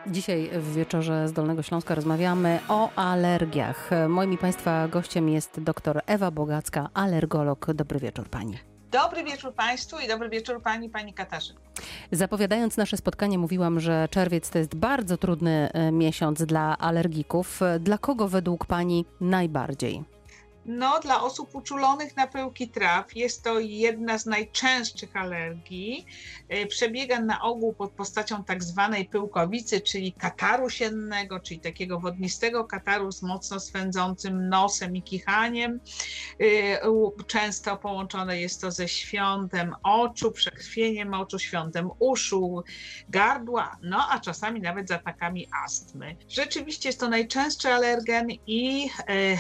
Dzisiaj w wieczorze z Dolnego Śląska rozmawiamy o alergiach. Moim i Państwa gościem jest dr Ewa Bogacka, alergolog. Dobry wieczór Pani. Dobry wieczór Państwu i dobry wieczór Pani Katarzyno. Zapowiadając nasze spotkanie mówiłam, że czerwiec to jest bardzo trudny miesiąc dla alergików. Dla kogo według Pani najbardziej? Dla osób uczulonych na pyłki traw jest to jedna z najczęstszych alergii. Przebiega na ogół pod postacią tak zwanej pyłkowicy, czyli kataru siennego, czyli takiego wodnistego kataru z mocno swędzącym nosem i kichaniem. Często połączone jest to ze świątem oczu, przekrwieniem oczu, świątem uszu, gardła, a czasami nawet z atakami astmy. Rzeczywiście jest to najczęstszy alergen i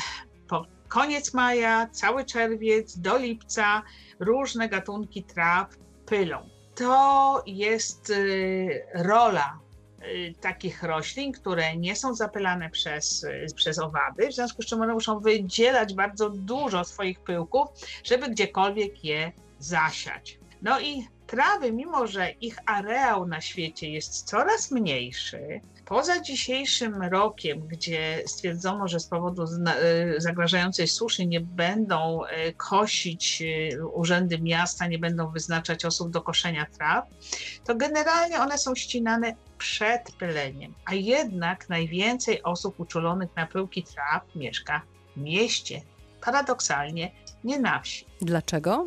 koniec maja, cały czerwiec do lipca różne gatunki traw pylą. To jest rola takich roślin, które nie są zapylane przez owady, w związku z czym one muszą wydzielać bardzo dużo swoich pyłków, żeby gdziekolwiek je zasiać. I trawy, mimo że ich areał na świecie jest coraz mniejszy, poza dzisiejszym rokiem, gdzie stwierdzono, że z powodu zagrażającej suszy nie będą kosić urzędy miasta, nie będą wyznaczać osób do koszenia traw, to generalnie one są ścinane przed pyleniem. A jednak najwięcej osób uczulonych na pyłki traw mieszka w mieście. Paradoksalnie nie na wsi. Dlaczego?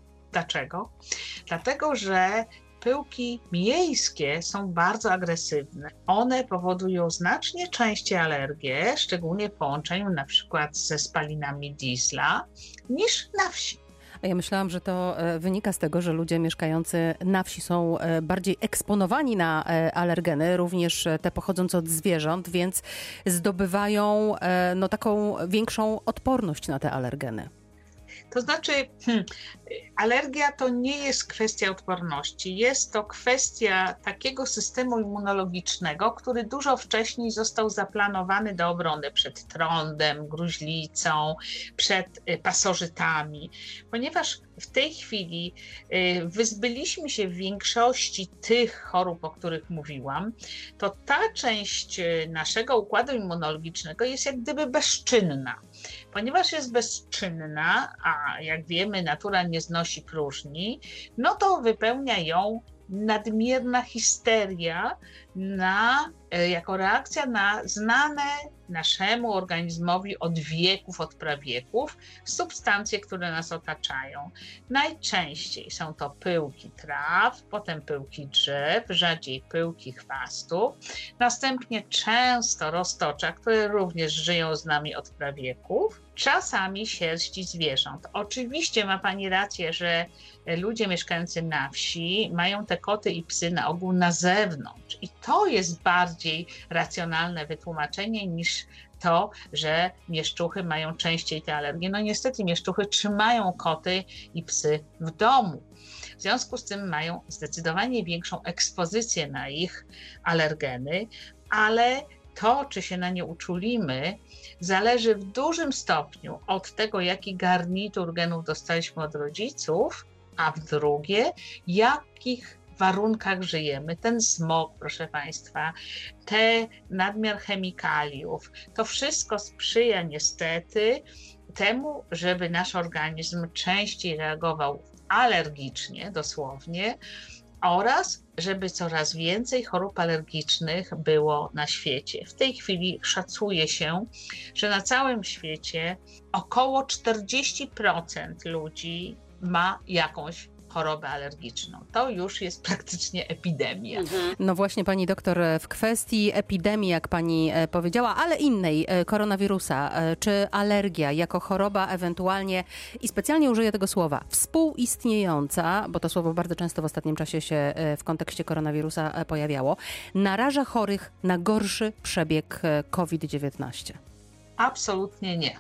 Dlatego, że pyłki miejskie są bardzo agresywne. One powodują znacznie częściej alergię, szczególnie w połączeniu na przykład ze spalinami diesla, niż na wsi. A ja myślałam, że to wynika z tego, że ludzie mieszkający na wsi są bardziej eksponowani na alergeny, również te pochodzące od zwierząt, więc zdobywają taką większą odporność na te alergeny. To znaczy, alergia to nie jest kwestia odporności, jest to kwestia takiego systemu immunologicznego, który dużo wcześniej został zaplanowany do obrony przed trądem, gruźlicą, przed pasożytami, ponieważ w tej chwili wyzbyliśmy się w większości tych chorób, o których mówiłam, to ta część naszego układu immunologicznego jest jak gdyby bezczynna. Ponieważ jest bezczynna, a jak wiemy, natura nie znosi próżni, to wypełnia ją nadmierna histeria jako reakcja na znane naszemu organizmowi od wieków, od prawieków substancje, które nas otaczają. Najczęściej są to pyłki traw, potem pyłki drzew, rzadziej pyłki chwastów, następnie często roztocza, które również żyją z nami od prawieków, czasami sierści zwierząt. Oczywiście ma Pani rację, że ludzie mieszkający na wsi mają te koty i psy na ogół na zewnątrz i to jest bardziej racjonalne wytłumaczenie niż to, że mieszczuchy mają częściej te alergie. Niestety mieszczuchy trzymają koty i psy w domu. W związku z tym mają zdecydowanie większą ekspozycję na ich alergeny, ale to, czy się na nie uczulimy, zależy w dużym stopniu od tego, jaki garnitur genów dostaliśmy od rodziców, a w drugie, jakich warunkach żyjemy. Ten smog, proszę Państwa, nadmiar chemikaliów, to wszystko sprzyja niestety temu, żeby nasz organizm częściej reagował alergicznie, dosłownie, oraz żeby coraz więcej chorób alergicznych było na świecie. W tej chwili szacuje się, że na całym świecie około 40% ludzi ma jakąś chorobę alergiczną. To już jest praktycznie epidemia. Właśnie Pani doktor, w kwestii epidemii, jak Pani powiedziała, ale innej, koronawirusa, czy alergia jako choroba ewentualnie, i specjalnie użyję tego słowa, współistniejąca, bo to słowo bardzo często w ostatnim czasie się w kontekście koronawirusa pojawiało, naraża chorych na gorszy przebieg COVID-19? Absolutnie nie.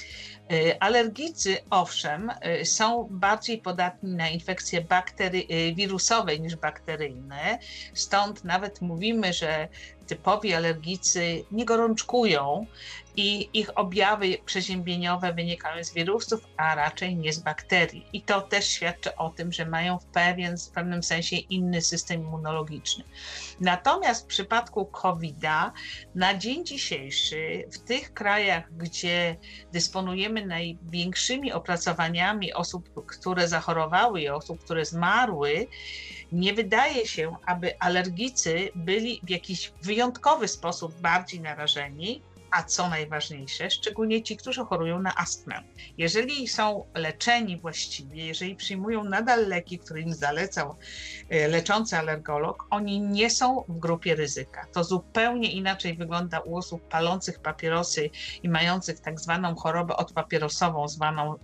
Alergicy, owszem, są bardziej podatni na infekcje wirusowe niż bakteryjne, stąd nawet mówimy, że typowi alergicy nie gorączkują i ich objawy przeziębieniowe wynikają z wirusów, a raczej nie z bakterii. I to też świadczy o tym, że mają w pewnym sensie inny system immunologiczny. Natomiast w przypadku COVID-a na dzień dzisiejszy w tych krajach, gdzie dysponujemy największymi opracowaniami osób, które zachorowały i osób, które zmarły, nie wydaje się, aby alergicy byli w jakiś wyjątkowy sposób bardziej narażeni, a co najważniejsze, szczególnie ci, którzy chorują na astmę. Jeżeli są leczeni właściwie, jeżeli przyjmują nadal leki, które im zalecał leczący alergolog, oni nie są w grupie ryzyka. To zupełnie inaczej wygląda u osób palących papierosy i mających tak zwaną chorobę odpapierosową, zwaną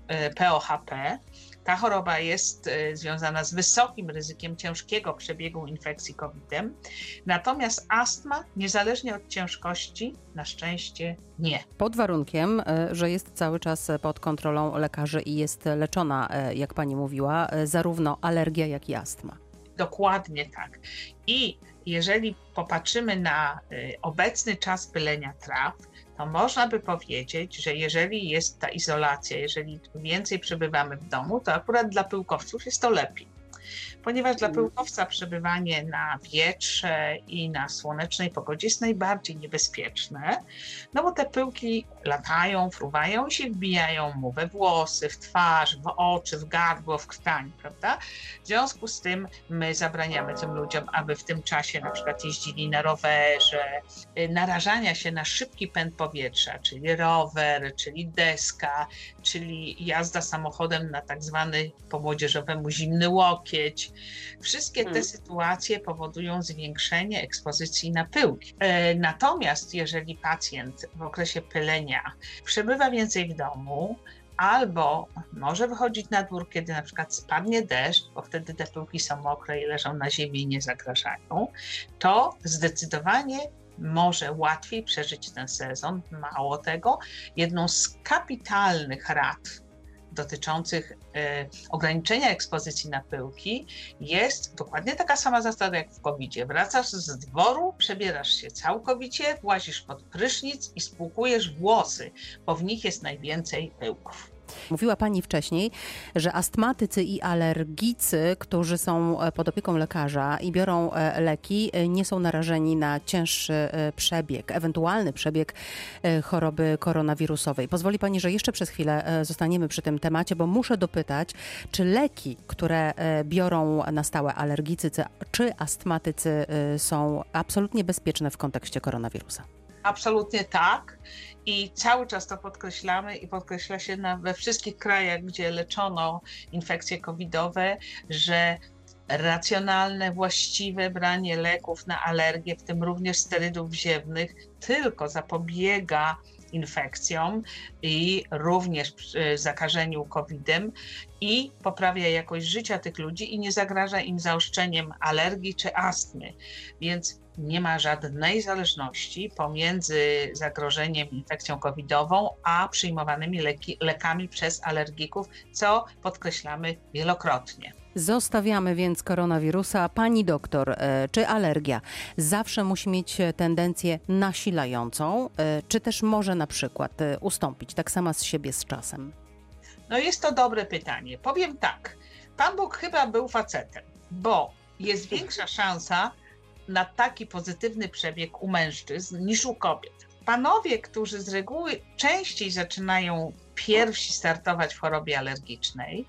POHP. Ta choroba jest związana z wysokim ryzykiem ciężkiego przebiegu infekcji COVID-em, natomiast astma, niezależnie od ciężkości, na szczęście nie. Pod warunkiem, że jest cały czas pod kontrolą lekarzy i jest leczona, jak pani mówiła, zarówno alergia, jak i astma. Dokładnie tak. I jeżeli popatrzymy na obecny czas pylenia traw, to można by powiedzieć, że jeżeli jest ta izolacja, jeżeli więcej przebywamy w domu, to akurat dla pyłkowców jest to lepiej. Ponieważ dla pyłkowca przebywanie na wietrze i na słonecznej pogodzie jest najbardziej niebezpieczne, no bo te pyłki latają, fruwają i się wbijają mu we włosy, w twarz, w oczy, w gardło, w krtań, prawda? W związku z tym my zabraniamy tym ludziom, aby w tym czasie na przykład jeździli na rowerze, narażania się na szybki pęd powietrza, czyli rower, czyli deska, czyli jazda samochodem na tak zwany po młodzieżowemu zimny łokieć. Wszystkie te sytuacje powodują zwiększenie ekspozycji na pyłki. Natomiast jeżeli pacjent w okresie pylenia przebywa więcej w domu, albo może wychodzić na dwór, kiedy na przykład spadnie deszcz, bo wtedy te pyłki są mokre i leżą na ziemi i nie zagrażają, to zdecydowanie może łatwiej przeżyć ten sezon. Mało tego, jedną z kapitalnych rad dotyczących ograniczenia ekspozycji na pyłki jest dokładnie taka sama zasada jak w COVID-zie. Wracasz z dworu, przebierasz się całkowicie, włazisz pod prysznic i spłukujesz włosy, bo w nich jest najwięcej pyłków. Mówiła pani wcześniej, że astmatycy i alergicy, którzy są pod opieką lekarza i biorą leki, nie są narażeni na cięższy przebieg, ewentualny przebieg choroby koronawirusowej. Pozwoli pani, że jeszcze przez chwilę zostaniemy przy tym temacie, bo muszę dopytać, czy leki, które biorą na stałe alergicy czy astmatycy, są absolutnie bezpieczne w kontekście koronawirusa? Absolutnie tak. I cały czas to podkreślamy i podkreśla się we wszystkich krajach, gdzie leczono infekcje covidowe, że racjonalne, właściwe branie leków na alergię, w tym również sterydów wziewnych, tylko zapobiega infekcjom i również zakażeniu COVID-em i poprawia jakość życia tych ludzi i nie zagraża im zaostrzeniem alergii czy astmy. Więc nie ma żadnej zależności pomiędzy zagrożeniem infekcją covidową a przyjmowanymi lekami przez alergików, co podkreślamy wielokrotnie. Zostawiamy więc koronawirusa. Pani doktor, czy alergia zawsze musi mieć tendencję nasilającą, czy też może na przykład ustąpić tak sama z siebie z czasem? No jest to dobre pytanie. Powiem tak, Pan Bóg chyba był facetem, bo jest większa szansa na taki pozytywny przebieg u mężczyzn niż u kobiet. Panowie, którzy z reguły częściej zaczynają pierwsi startować w chorobie alergicznej,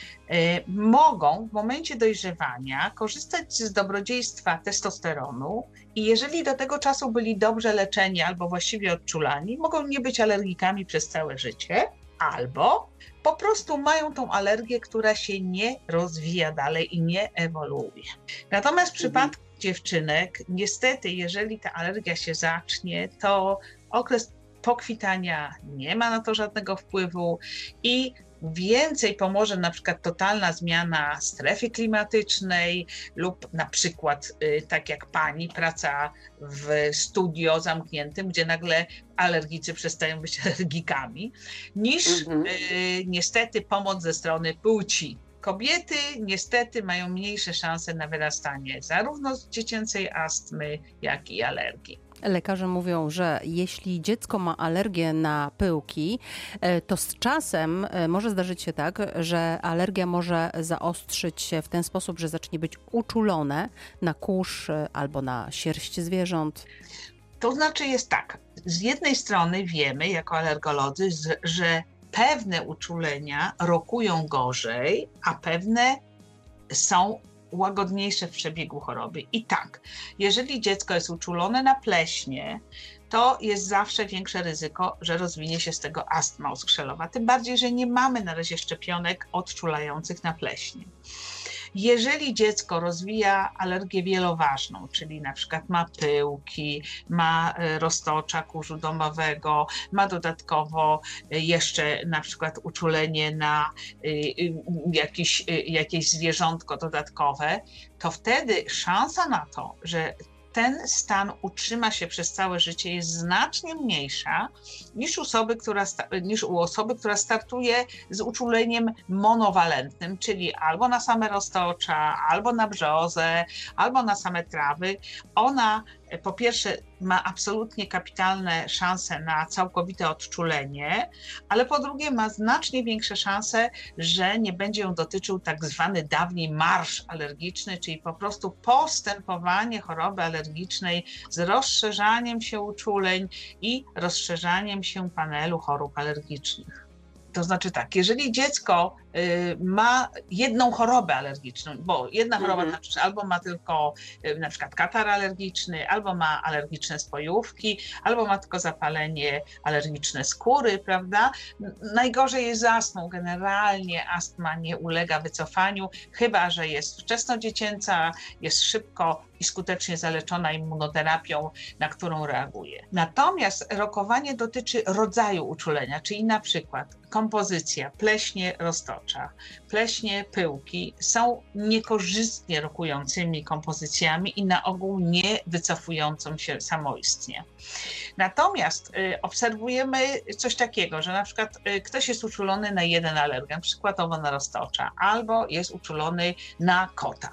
mogą w momencie dojrzewania korzystać z dobrodziejstwa testosteronu i jeżeli do tego czasu byli dobrze leczeni albo właściwie odczulani, mogą nie być alergikami przez całe życie, albo po prostu mają tą alergię, która się nie rozwija dalej i nie ewoluuje. Natomiast w przypadku dziewczynek, niestety, jeżeli ta alergia się zacznie, to okres pokwitania nie ma na to żadnego wpływu i więcej pomoże na przykład totalna zmiana strefy klimatycznej lub na przykład, tak jak pani, praca w studio zamkniętym, gdzie nagle alergicy przestają być alergikami, niż niestety pomoc ze strony płci. Kobiety niestety mają mniejsze szanse na wyrastanie zarówno z dziecięcej astmy, jak i alergii. Lekarze mówią, że jeśli dziecko ma alergię na pyłki, to z czasem może zdarzyć się tak, że alergia może zaostrzyć się w ten sposób, że zacznie być uczulone na kurz albo na sierść zwierząt. To znaczy jest tak, z jednej strony wiemy jako alergolodzy, że pewne uczulenia rokują gorzej, a pewne są łagodniejsze w przebiegu choroby. I tak, jeżeli dziecko jest uczulone na pleśnie, to jest zawsze większe ryzyko, że rozwinie się z tego astma oskrzelowa. Tym bardziej, że nie mamy na razie szczepionek odczulających na pleśnie. Jeżeli dziecko rozwija alergię wieloważną, czyli na przykład ma pyłki, ma roztocza kurzu domowego, ma dodatkowo jeszcze na przykład uczulenie na jakieś zwierzątko dodatkowe, to wtedy szansa na to, że ten stan utrzyma się przez całe życie jest znacznie mniejsza niż u osoby, która startuje z uczuleniem monowalentnym, czyli albo na same roztocza, albo na brzozę, albo na same trawy. Ona po pierwsze ma absolutnie kapitalne szanse na całkowite odczulenie, ale po drugie ma znacznie większe szanse, że nie będzie ją dotyczył tak zwany dawniej marsz alergiczny, czyli po prostu postępowanie choroby alergicznej z rozszerzaniem się uczuleń i rozszerzaniem się panelu chorób alergicznych. To znaczy tak, jeżeli dziecko ma jedną chorobę alergiczną, bo jedna choroba znaczy, albo ma tylko na przykład katar alergiczny, albo ma alergiczne spojówki, albo ma tylko zapalenie alergiczne skóry, prawda? Najgorzej jest z astmą. Generalnie astma nie ulega wycofaniu, chyba że jest wczesnodziecięca, jest szybko i skutecznie zaleczona immunoterapią, na którą reaguje. Natomiast rokowanie dotyczy rodzaju uczulenia, czyli na przykład kompozycja, pleśnie, roztocza, pleśnie, pyłki są niekorzystnie rokującymi kompozycjami i na ogół nie wycofującą się samoistnie. Natomiast obserwujemy coś takiego, że na przykład ktoś jest uczulony na jeden alergen, przykładowo na roztocza, albo jest uczulony na kota.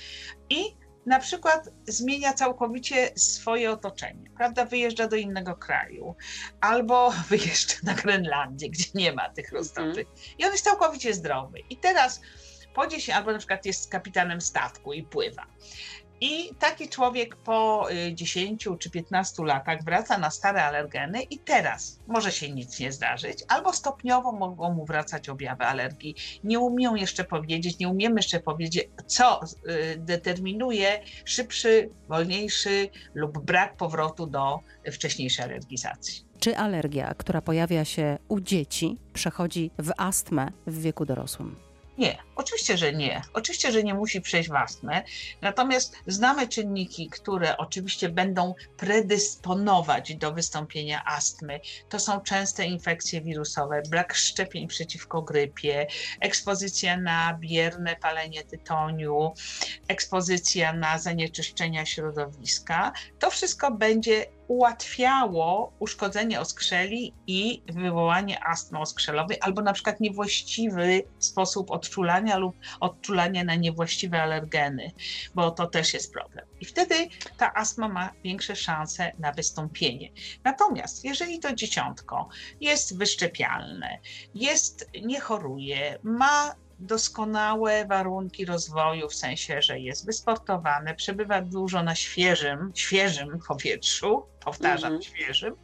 I na przykład zmienia całkowicie swoje otoczenie, prawda? Wyjeżdża do innego kraju, albo wyjeżdża na Grenlandię, gdzie nie ma tych roztoczy. I on jest całkowicie zdrowy. I teraz po 10, albo na przykład jest kapitanem statku i pływa. I taki człowiek po 10 czy 15 latach wraca na stare alergeny i teraz może się nic nie zdarzyć, albo stopniowo mogą mu wracać objawy alergii. Nie umiemy jeszcze powiedzieć, co determinuje szybszy, wolniejszy lub brak powrotu do wcześniejszej alergizacji. Czy alergia, która pojawia się u dzieci, przechodzi w astmę w wieku dorosłym? Nie, oczywiście, że nie. Oczywiście, że nie musi przejść w astmę. Natomiast znamy czynniki, które oczywiście będą predysponować do wystąpienia astmy. To są częste infekcje wirusowe, brak szczepień przeciwko grypie, ekspozycja na bierne palenie tytoniu, ekspozycja na zanieczyszczenia środowiska. To wszystko będzie ułatwiało uszkodzenie oskrzeli i wywołanie astmy oskrzelowej, albo na przykład niewłaściwy sposób odczulania lub odczulanie na niewłaściwe alergeny, bo to też jest problem. I wtedy ta astma ma większe szanse na wystąpienie. Natomiast jeżeli to dzieciątko jest wyszczepialne, nie choruje, ma doskonałe warunki rozwoju, w sensie, że jest wysportowane, przebywa dużo na świeżym powietrzu, powtarzam, świeżym,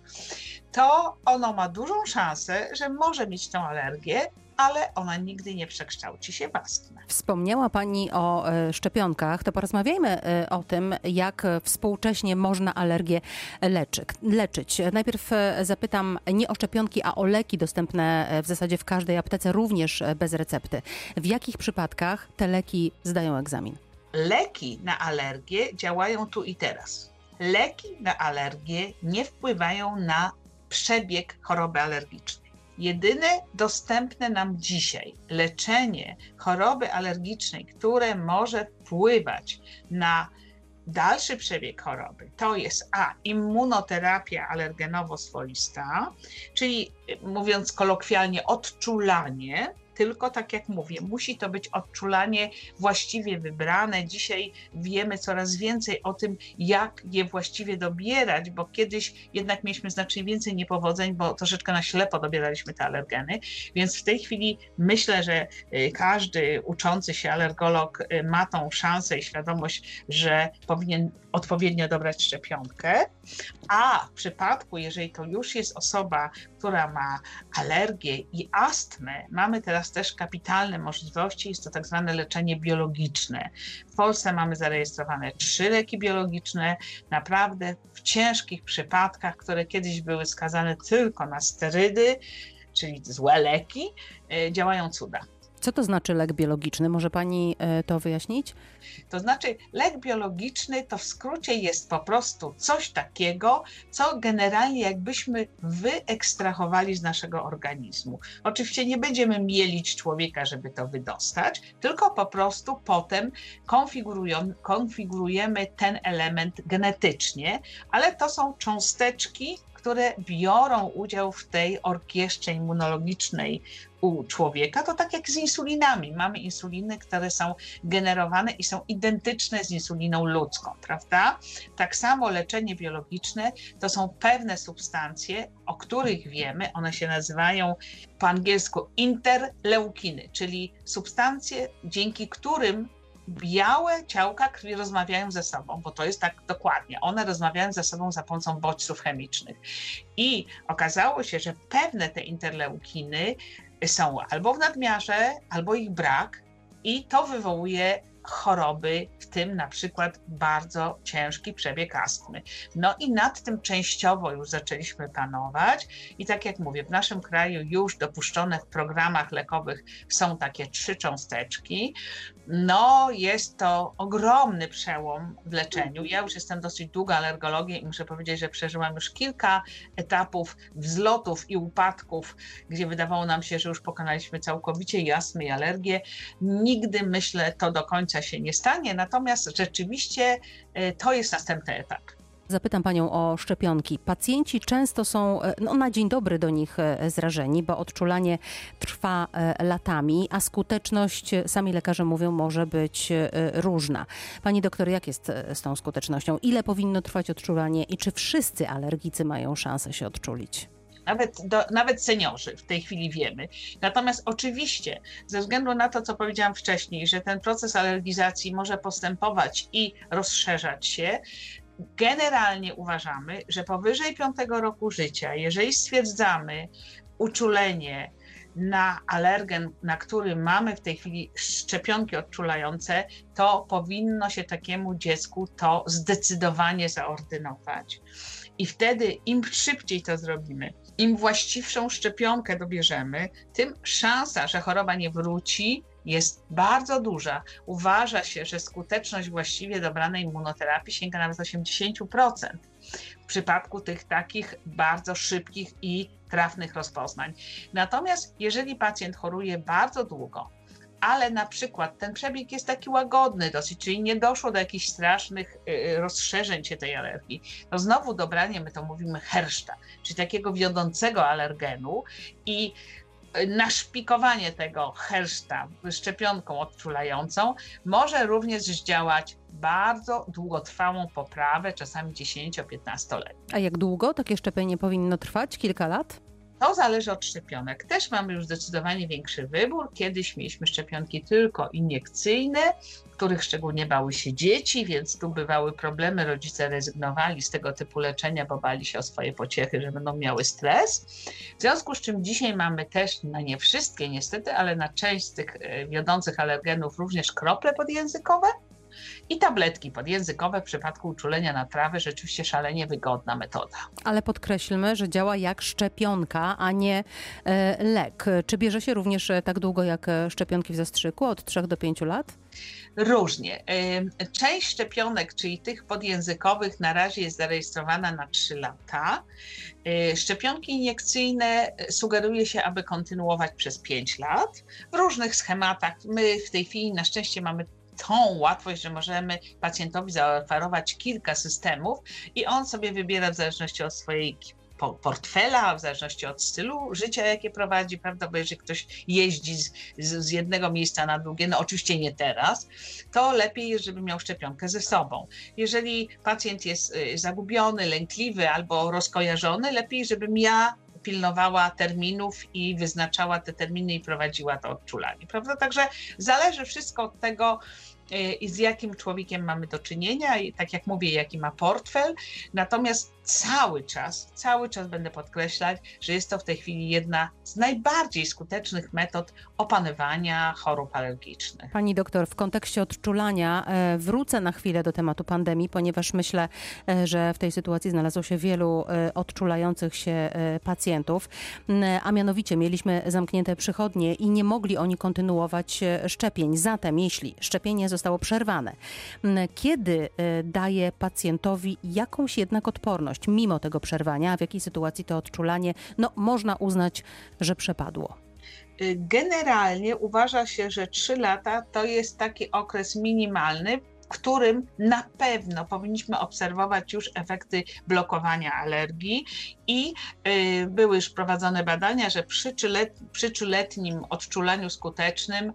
to ono ma dużą szansę, że może mieć tą alergię, ale ona nigdy nie przekształci się w astmę. Wspomniała Pani o szczepionkach, to porozmawiajmy o tym, jak współcześnie można alergię leczyć. Najpierw zapytam nie o szczepionki, a o leki dostępne w zasadzie w każdej aptece, również bez recepty. W jakich przypadkach te leki zdają egzamin? Leki na alergię działają tu i teraz. Leki na alergię nie wpływają na przebieg choroby alergicznej. Jedyne dostępne nam dzisiaj leczenie choroby alergicznej, które może wpływać na dalszy przebieg choroby, to jest immunoterapia alergenowo-swoista, czyli mówiąc kolokwialnie odczulanie, tylko tak jak mówię, musi to być odczulanie właściwie wybrane. Dzisiaj wiemy coraz więcej o tym, jak je właściwie dobierać, bo kiedyś jednak mieliśmy znacznie więcej niepowodzeń, bo troszeczkę na ślepo dobieraliśmy te alergeny, więc w tej chwili myślę, że każdy uczący się alergolog ma tą szansę i świadomość, że powinien odpowiednio dobrać szczepionkę, a w przypadku, jeżeli to już jest osoba, która ma alergię i astmę, mamy teraz też kapitalne możliwości, jest to tak zwane leczenie biologiczne. W Polsce mamy zarejestrowane 3 leki biologiczne, naprawdę w ciężkich przypadkach, które kiedyś były skazane tylko na sterydy, czyli złe leki, działają cuda. Co to znaczy lek biologiczny? Może pani to wyjaśnić? To znaczy lek biologiczny to w skrócie jest po prostu coś takiego, co generalnie jakbyśmy wyekstrahowali z naszego organizmu. Oczywiście nie będziemy mielić człowieka, żeby to wydostać, tylko po prostu potem konfigurujemy ten element genetycznie, ale to są cząsteczki, które biorą udział w tej orkiestrze immunologicznej u człowieka. To tak jak z insulinami. Mamy insuliny, które są generowane i są identyczne z insuliną ludzką, prawda? Tak samo leczenie biologiczne to są pewne substancje, o których wiemy, one się nazywają po angielsku interleukiny, czyli substancje, dzięki którym białe ciałka krwi rozmawiają ze sobą, bo to jest tak dokładnie. One rozmawiają ze sobą za pomocą bodźców chemicznych. I okazało się, że pewne te interleukiny są albo w nadmiarze, albo ich brak i to wywołuje choroby, w tym na przykład bardzo ciężki przebieg astmy. No i nad tym częściowo już zaczęliśmy panować i tak jak mówię, w naszym kraju już dopuszczone w programach lekowych są takie 3 cząsteczki. No jest to ogromny przełom w leczeniu. Ja już jestem dosyć długo alergologiem i muszę powiedzieć, że przeżyłam już kilka etapów wzlotów i upadków, gdzie wydawało nam się, że już pokonaliśmy całkowicie i astmę, i alergię. Nigdy, myślę, to do końca się nie stanie, natomiast rzeczywiście to jest następny etap. Zapytam panią o szczepionki. Pacjenci często są na dzień dobry do nich zrażeni, bo odczulanie trwa latami, a skuteczność, sami lekarze mówią, może być różna. Pani doktor, jak jest z tą skutecznością? Ile powinno trwać odczulanie i czy wszyscy alergicy mają szansę się odczulić? Nawet seniorzy w tej chwili wiemy. Natomiast oczywiście ze względu na to, co powiedziałam wcześniej, że ten proces alergizacji może postępować i rozszerzać się, generalnie uważamy, że powyżej 5 roku życia, jeżeli stwierdzamy uczulenie na alergen, na który mamy w tej chwili szczepionki odczulające, to powinno się takiemu dziecku to zdecydowanie zaordynować. I wtedy im szybciej to zrobimy, im właściwszą szczepionkę dobierzemy, tym szansa, że choroba nie wróci, jest bardzo duża. Uważa się, że skuteczność właściwie dobranej immunoterapii sięga nawet 80% w przypadku tych takich bardzo szybkich i trafnych rozpoznań. Natomiast jeżeli pacjent choruje bardzo długo, ale na przykład ten przebieg jest taki łagodny dosyć, czyli nie doszło do jakichś strasznych rozszerzeń się tej alergii, to znowu dobranie, my to mówimy herszta, czyli takiego wiodącego alergenu i naszpikowanie tego herszta szczepionką odczulającą może również zdziałać bardzo długotrwałą poprawę, czasami 10-15-letnią. A jak długo takie szczepienie powinno trwać? Kilka lat? To zależy od szczepionek. Też mamy już zdecydowanie większy wybór. Kiedyś mieliśmy szczepionki tylko iniekcyjne, których szczególnie bały się dzieci, więc tu bywały problemy. Rodzice rezygnowali z tego typu leczenia, bo bali się o swoje pociechy, że będą miały stres. W związku z czym dzisiaj mamy też, na nie wszystkie niestety, ale na część z tych wiodących alergenów również krople podjęzykowe i tabletki podjęzykowe w przypadku uczulenia na trawę. Rzeczywiście szalenie wygodna metoda. Ale podkreślmy, że działa jak szczepionka, a nie lek. Czy bierze się również tak długo jak szczepionki w zastrzyku, od 3 do 5 lat? Różnie. Część szczepionek, czyli tych podjęzykowych, na razie jest zarejestrowana na 3 lata. Szczepionki iniekcyjne sugeruje się, aby kontynuować przez 5 lat w różnych schematach. My w tej chwili na szczęście mamy tą łatwość, że możemy pacjentowi zaoferować kilka systemów i on sobie wybiera w zależności od swojej portfela, w zależności od stylu życia, jakie prowadzi, prawda, bo jeżeli ktoś jeździ z jednego miejsca na drugie, no oczywiście nie teraz, to lepiej jest, żeby miał szczepionkę ze sobą. Jeżeli pacjent jest zagubiony, lękliwy albo rozkojarzony, lepiej, żebym ja pilnowała terminów i wyznaczała te terminy i prowadziła to odczulanie, prawda? Także zależy wszystko od tego, i z jakim człowiekiem mamy do czynienia i tak jak mówię, jaki ma portfel. Natomiast cały czas będę podkreślać, że jest to w tej chwili jedna z najbardziej skutecznych metod opanowania chorób alergicznych. Pani doktor, w kontekście odczulania wrócę na chwilę do tematu pandemii, ponieważ myślę, że w tej sytuacji znalazło się wielu odczulających się pacjentów, a mianowicie mieliśmy zamknięte przychodnie i nie mogli oni kontynuować szczepień. Zatem jeśli szczepienie zostało przerwane, kiedy daje pacjentowi jakąś jednak odporność mimo tego przerwania, a w jakiej sytuacji to odczulanie można uznać, że przepadło? Generalnie uważa się, że 3 lata to jest taki okres minimalny, w którym na pewno powinniśmy obserwować już efekty blokowania alergii i były już prowadzone badania, że przy 3-letnim odczulaniu skutecznym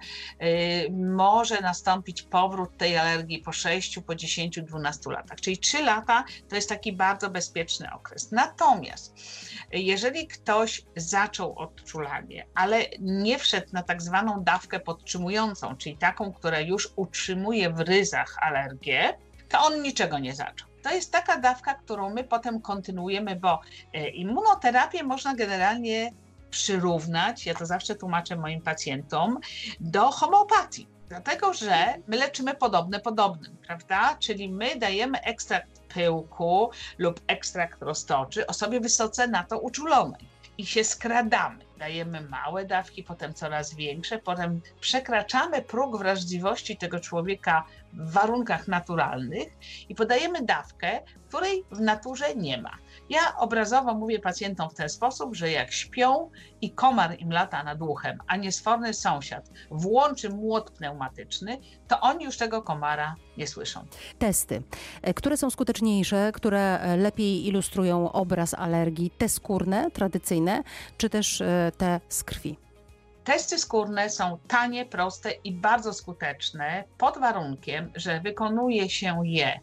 może nastąpić powrót tej alergii po 6, po 10, 12 latach. Czyli 3 lata to jest taki bardzo bezpieczny okres. Natomiast jeżeli ktoś zaczął odczulanie, ale nie wszedł na tak zwaną dawkę podtrzymującą, czyli taką, która już utrzymuje w ryzach alergię, to on niczego nie zaczął. To jest taka dawka, którą my potem kontynuujemy, bo immunoterapię można generalnie przyrównać, ja to zawsze tłumaczę moim pacjentom, do homeopatii. Dlatego, że my leczymy podobne podobnym, prawda? Czyli my dajemy ekstrakt pyłku lub ekstrakt roztoczy osobie wysoce na to uczulonej i się skradamy. Dajemy małe dawki, potem coraz większe, potem przekraczamy próg wrażliwości tego człowieka w warunkach naturalnych i podajemy dawkę, której w naturze nie ma. Ja obrazowo mówię pacjentom w ten sposób, że jak śpią i komar im lata nad uchem, a niesforny sąsiad włączy młot pneumatyczny, to oni już tego komara nie słyszą. Testy, które są skuteczniejsze, które lepiej ilustrują obraz alergii, te skórne, tradycyjne, czy też te z krwi? Testy skórne są tanie, proste i bardzo skuteczne pod warunkiem, że wykonuje się je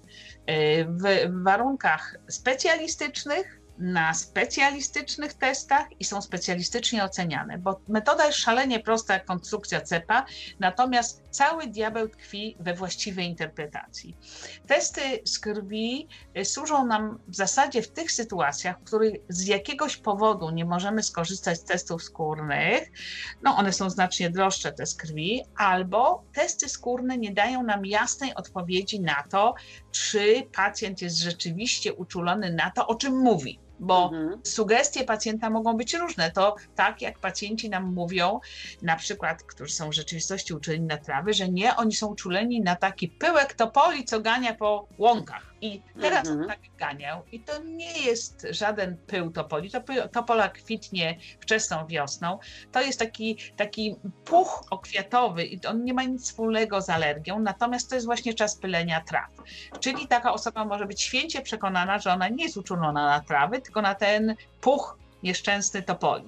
w warunkach specjalistycznych, na specjalistycznych testach i są specjalistycznie oceniane, bo metoda jest szalenie prosta jak konstrukcja cepa, natomiast cały diabeł tkwi we właściwej interpretacji. Testy z krwi służą nam w zasadzie w tych sytuacjach, w których z jakiegoś powodu nie możemy skorzystać z testów skórnych, one są znacznie droższe, te z krwi, albo testy skórne nie dają nam jasnej odpowiedzi na to, czy pacjent jest rzeczywiście uczulony na to, o czym mówi. Bo sugestie pacjenta mogą być różne. To tak jak pacjenci nam mówią, na przykład, którzy są w rzeczywistości uczuleni na trawy, że nie, oni są uczuleni na taki pyłek topoli, co gania po łąkach. I teraz on tak ganiał. I to nie jest żaden pył topoli. Topola kwitnie wczesną wiosną. To jest taki puch okwiatowy i on nie ma nic wspólnego z alergią, natomiast to jest właśnie czas pylenia traw. Czyli taka osoba może być święcie przekonana, że ona nie jest uczulona na trawy, tylko na ten puch nieszczęsny topoli.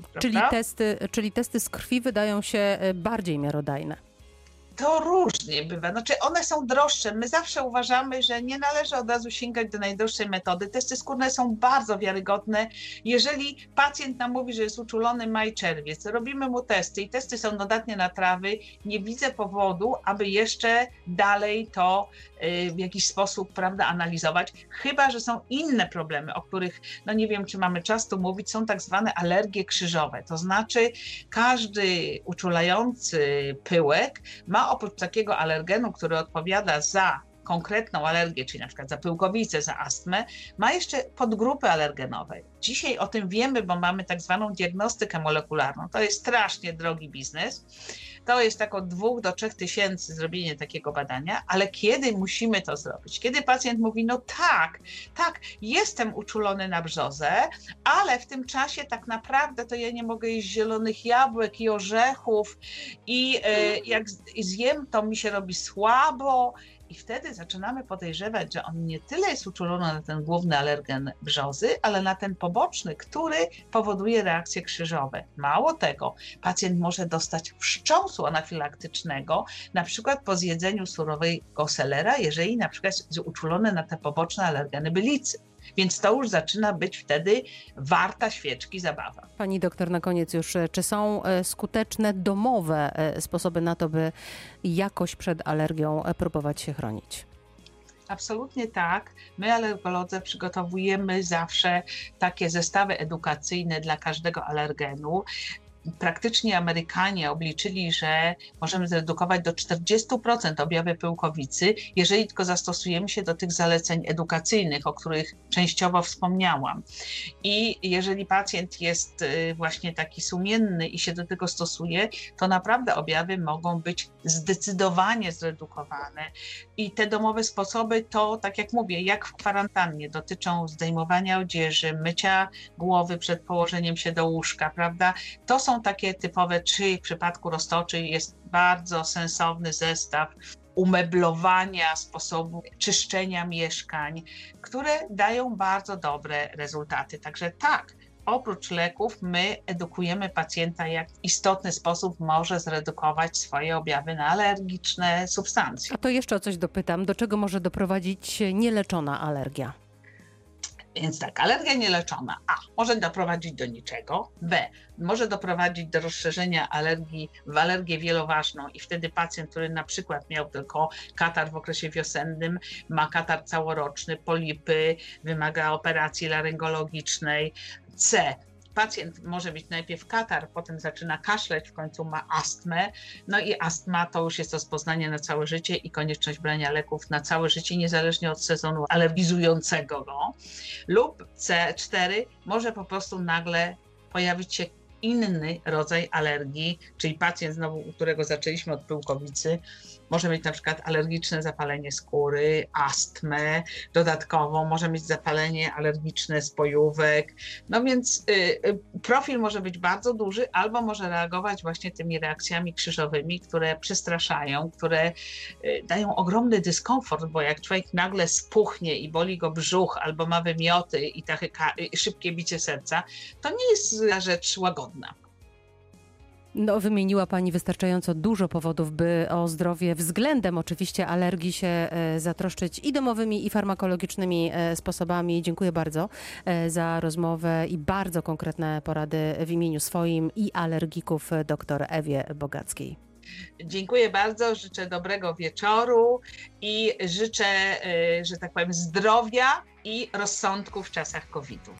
Czyli testy z krwi wydają się bardziej miarodajne. To różnie bywa. Znaczy one są droższe. My zawsze uważamy, że nie należy od razu sięgać do najdroższej metody. Testy skórne są bardzo wiarygodne. Jeżeli pacjent nam mówi, że jest uczulony maj, czerwiec, robimy mu testy i testy są dodatnie na trawy, nie widzę powodu, aby jeszcze dalej to w jakiś sposób, prawda, analizować. Chyba że są inne problemy, o których, nie wiem, czy mamy czas tu mówić, są tak zwane alergie krzyżowe. To znaczy każdy uczulający pyłek ma oprócz takiego alergenu, który odpowiada za konkretną alergię, czyli na przykład za pyłkowicę, za astmę, ma jeszcze podgrupy alergenowe. Dzisiaj o tym wiemy, bo mamy tak zwaną diagnostykę molekularną. To jest strasznie drogi biznes. To jest tak od 2 do 3 tysięcy zrobienie takiego badania, ale kiedy musimy to zrobić? Kiedy pacjent mówi, tak, jestem uczulony na brzozę, ale w tym czasie tak naprawdę to ja nie mogę jeść zielonych jabłek i orzechów i jak zjem, to mi się robi słabo. I I wtedy zaczynamy podejrzewać, że on nie tyle jest uczulony na ten główny alergen brzozy, ale na ten poboczny, który powoduje reakcje krzyżowe. Mało tego, pacjent może dostać wstrząsu anafilaktycznego, na przykład po zjedzeniu surowego selera, jeżeli na przykład jest uczulony na te poboczne alergeny bylicy. Więc to już zaczyna być wtedy warta świeczki zabawa. Pani doktor, na koniec już, czy są skuteczne domowe sposoby na to, by jakoś przed alergią próbować się chronić? Absolutnie tak. My, alergolodzy, przygotowujemy zawsze takie zestawy edukacyjne dla każdego alergenu. Praktycznie Amerykanie obliczyli, że możemy zredukować do 40% objawy pyłkowicy, jeżeli tylko zastosujemy się do tych zaleceń edukacyjnych, o których częściowo wspomniałam. I jeżeli pacjent jest właśnie taki sumienny i się do tego stosuje, to naprawdę objawy mogą być zdecydowanie zredukowane. I te domowe sposoby to, tak jak mówię, jak w kwarantannie, dotyczą zdejmowania odzieży, mycia głowy przed położeniem się do łóżka, prawda? To są takie typowe, czy w przypadku roztoczy jest bardzo sensowny zestaw umeblowania, sposobu czyszczenia mieszkań, które dają bardzo dobre rezultaty. Także tak, oprócz leków my edukujemy pacjenta, jak w istotny sposób może zredukować swoje objawy na alergiczne substancje. A to jeszcze o coś dopytam. Do czego może doprowadzić nieleczona alergia? Więc tak, alergia nieleczona A może doprowadzić do niczego, B może doprowadzić do rozszerzenia alergii w alergię wieloważną i wtedy pacjent, który na przykład miał tylko katar w okresie wiosennym, ma katar całoroczny, polipy, wymaga operacji laryngologicznej. C. Pacjent może mieć najpierw katar, potem zaczyna kaszleć, w końcu ma astmę. No i astma to już jest rozpoznanie na całe życie i konieczność brania leków na całe życie, niezależnie od sezonu alergizującego go. Lub C4 może po prostu nagle pojawić się inny rodzaj alergii, czyli pacjent znowu, u którego zaczęliśmy od pyłkowicy, może mieć na przykład alergiczne zapalenie skóry, astmę, dodatkowo może mieć zapalenie alergiczne spojówek. No więc profil może być bardzo duży, albo może reagować właśnie tymi reakcjami krzyżowymi, które przestraszają, które dają ogromny dyskomfort, bo jak człowiek nagle spuchnie i boli go brzuch, albo ma wymioty i szybkie bicie serca, to nie jest rzecz łagodna. No, wymieniła Pani wystarczająco dużo powodów, by o zdrowie względem oczywiście alergii się zatroszczyć i domowymi, i farmakologicznymi sposobami. Dziękuję bardzo za rozmowę i bardzo konkretne porady w imieniu swoim i alergików dr Ewie Bogackiej. Dziękuję bardzo, życzę dobrego wieczoru i życzę, że tak powiem, zdrowia i rozsądku w czasach COVID-u.